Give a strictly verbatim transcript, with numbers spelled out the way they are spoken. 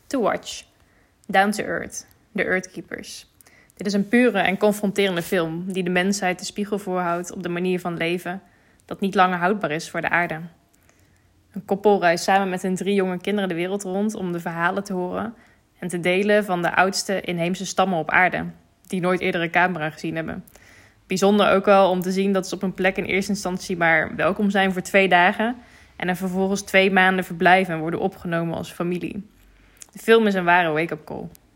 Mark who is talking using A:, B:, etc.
A: To Watch. Down to Earth. The Earthkeepers. Dit is een pure en confronterende film die de mensheid de spiegel voorhoudt op de manier van leven dat niet langer houdbaar is voor de aarde. Een koppel reist samen met hun drie jonge kinderen de wereld rond om de verhalen te horen en te delen van de oudste inheemse stammen op aarde, die nooit eerder een camera gezien hebben. Bijzonder ook wel om te zien dat ze op een plek in eerste instantie maar welkom zijn voor twee dagen en er vervolgens twee maanden verblijven en worden opgenomen als familie. De film is een ware wake-up call.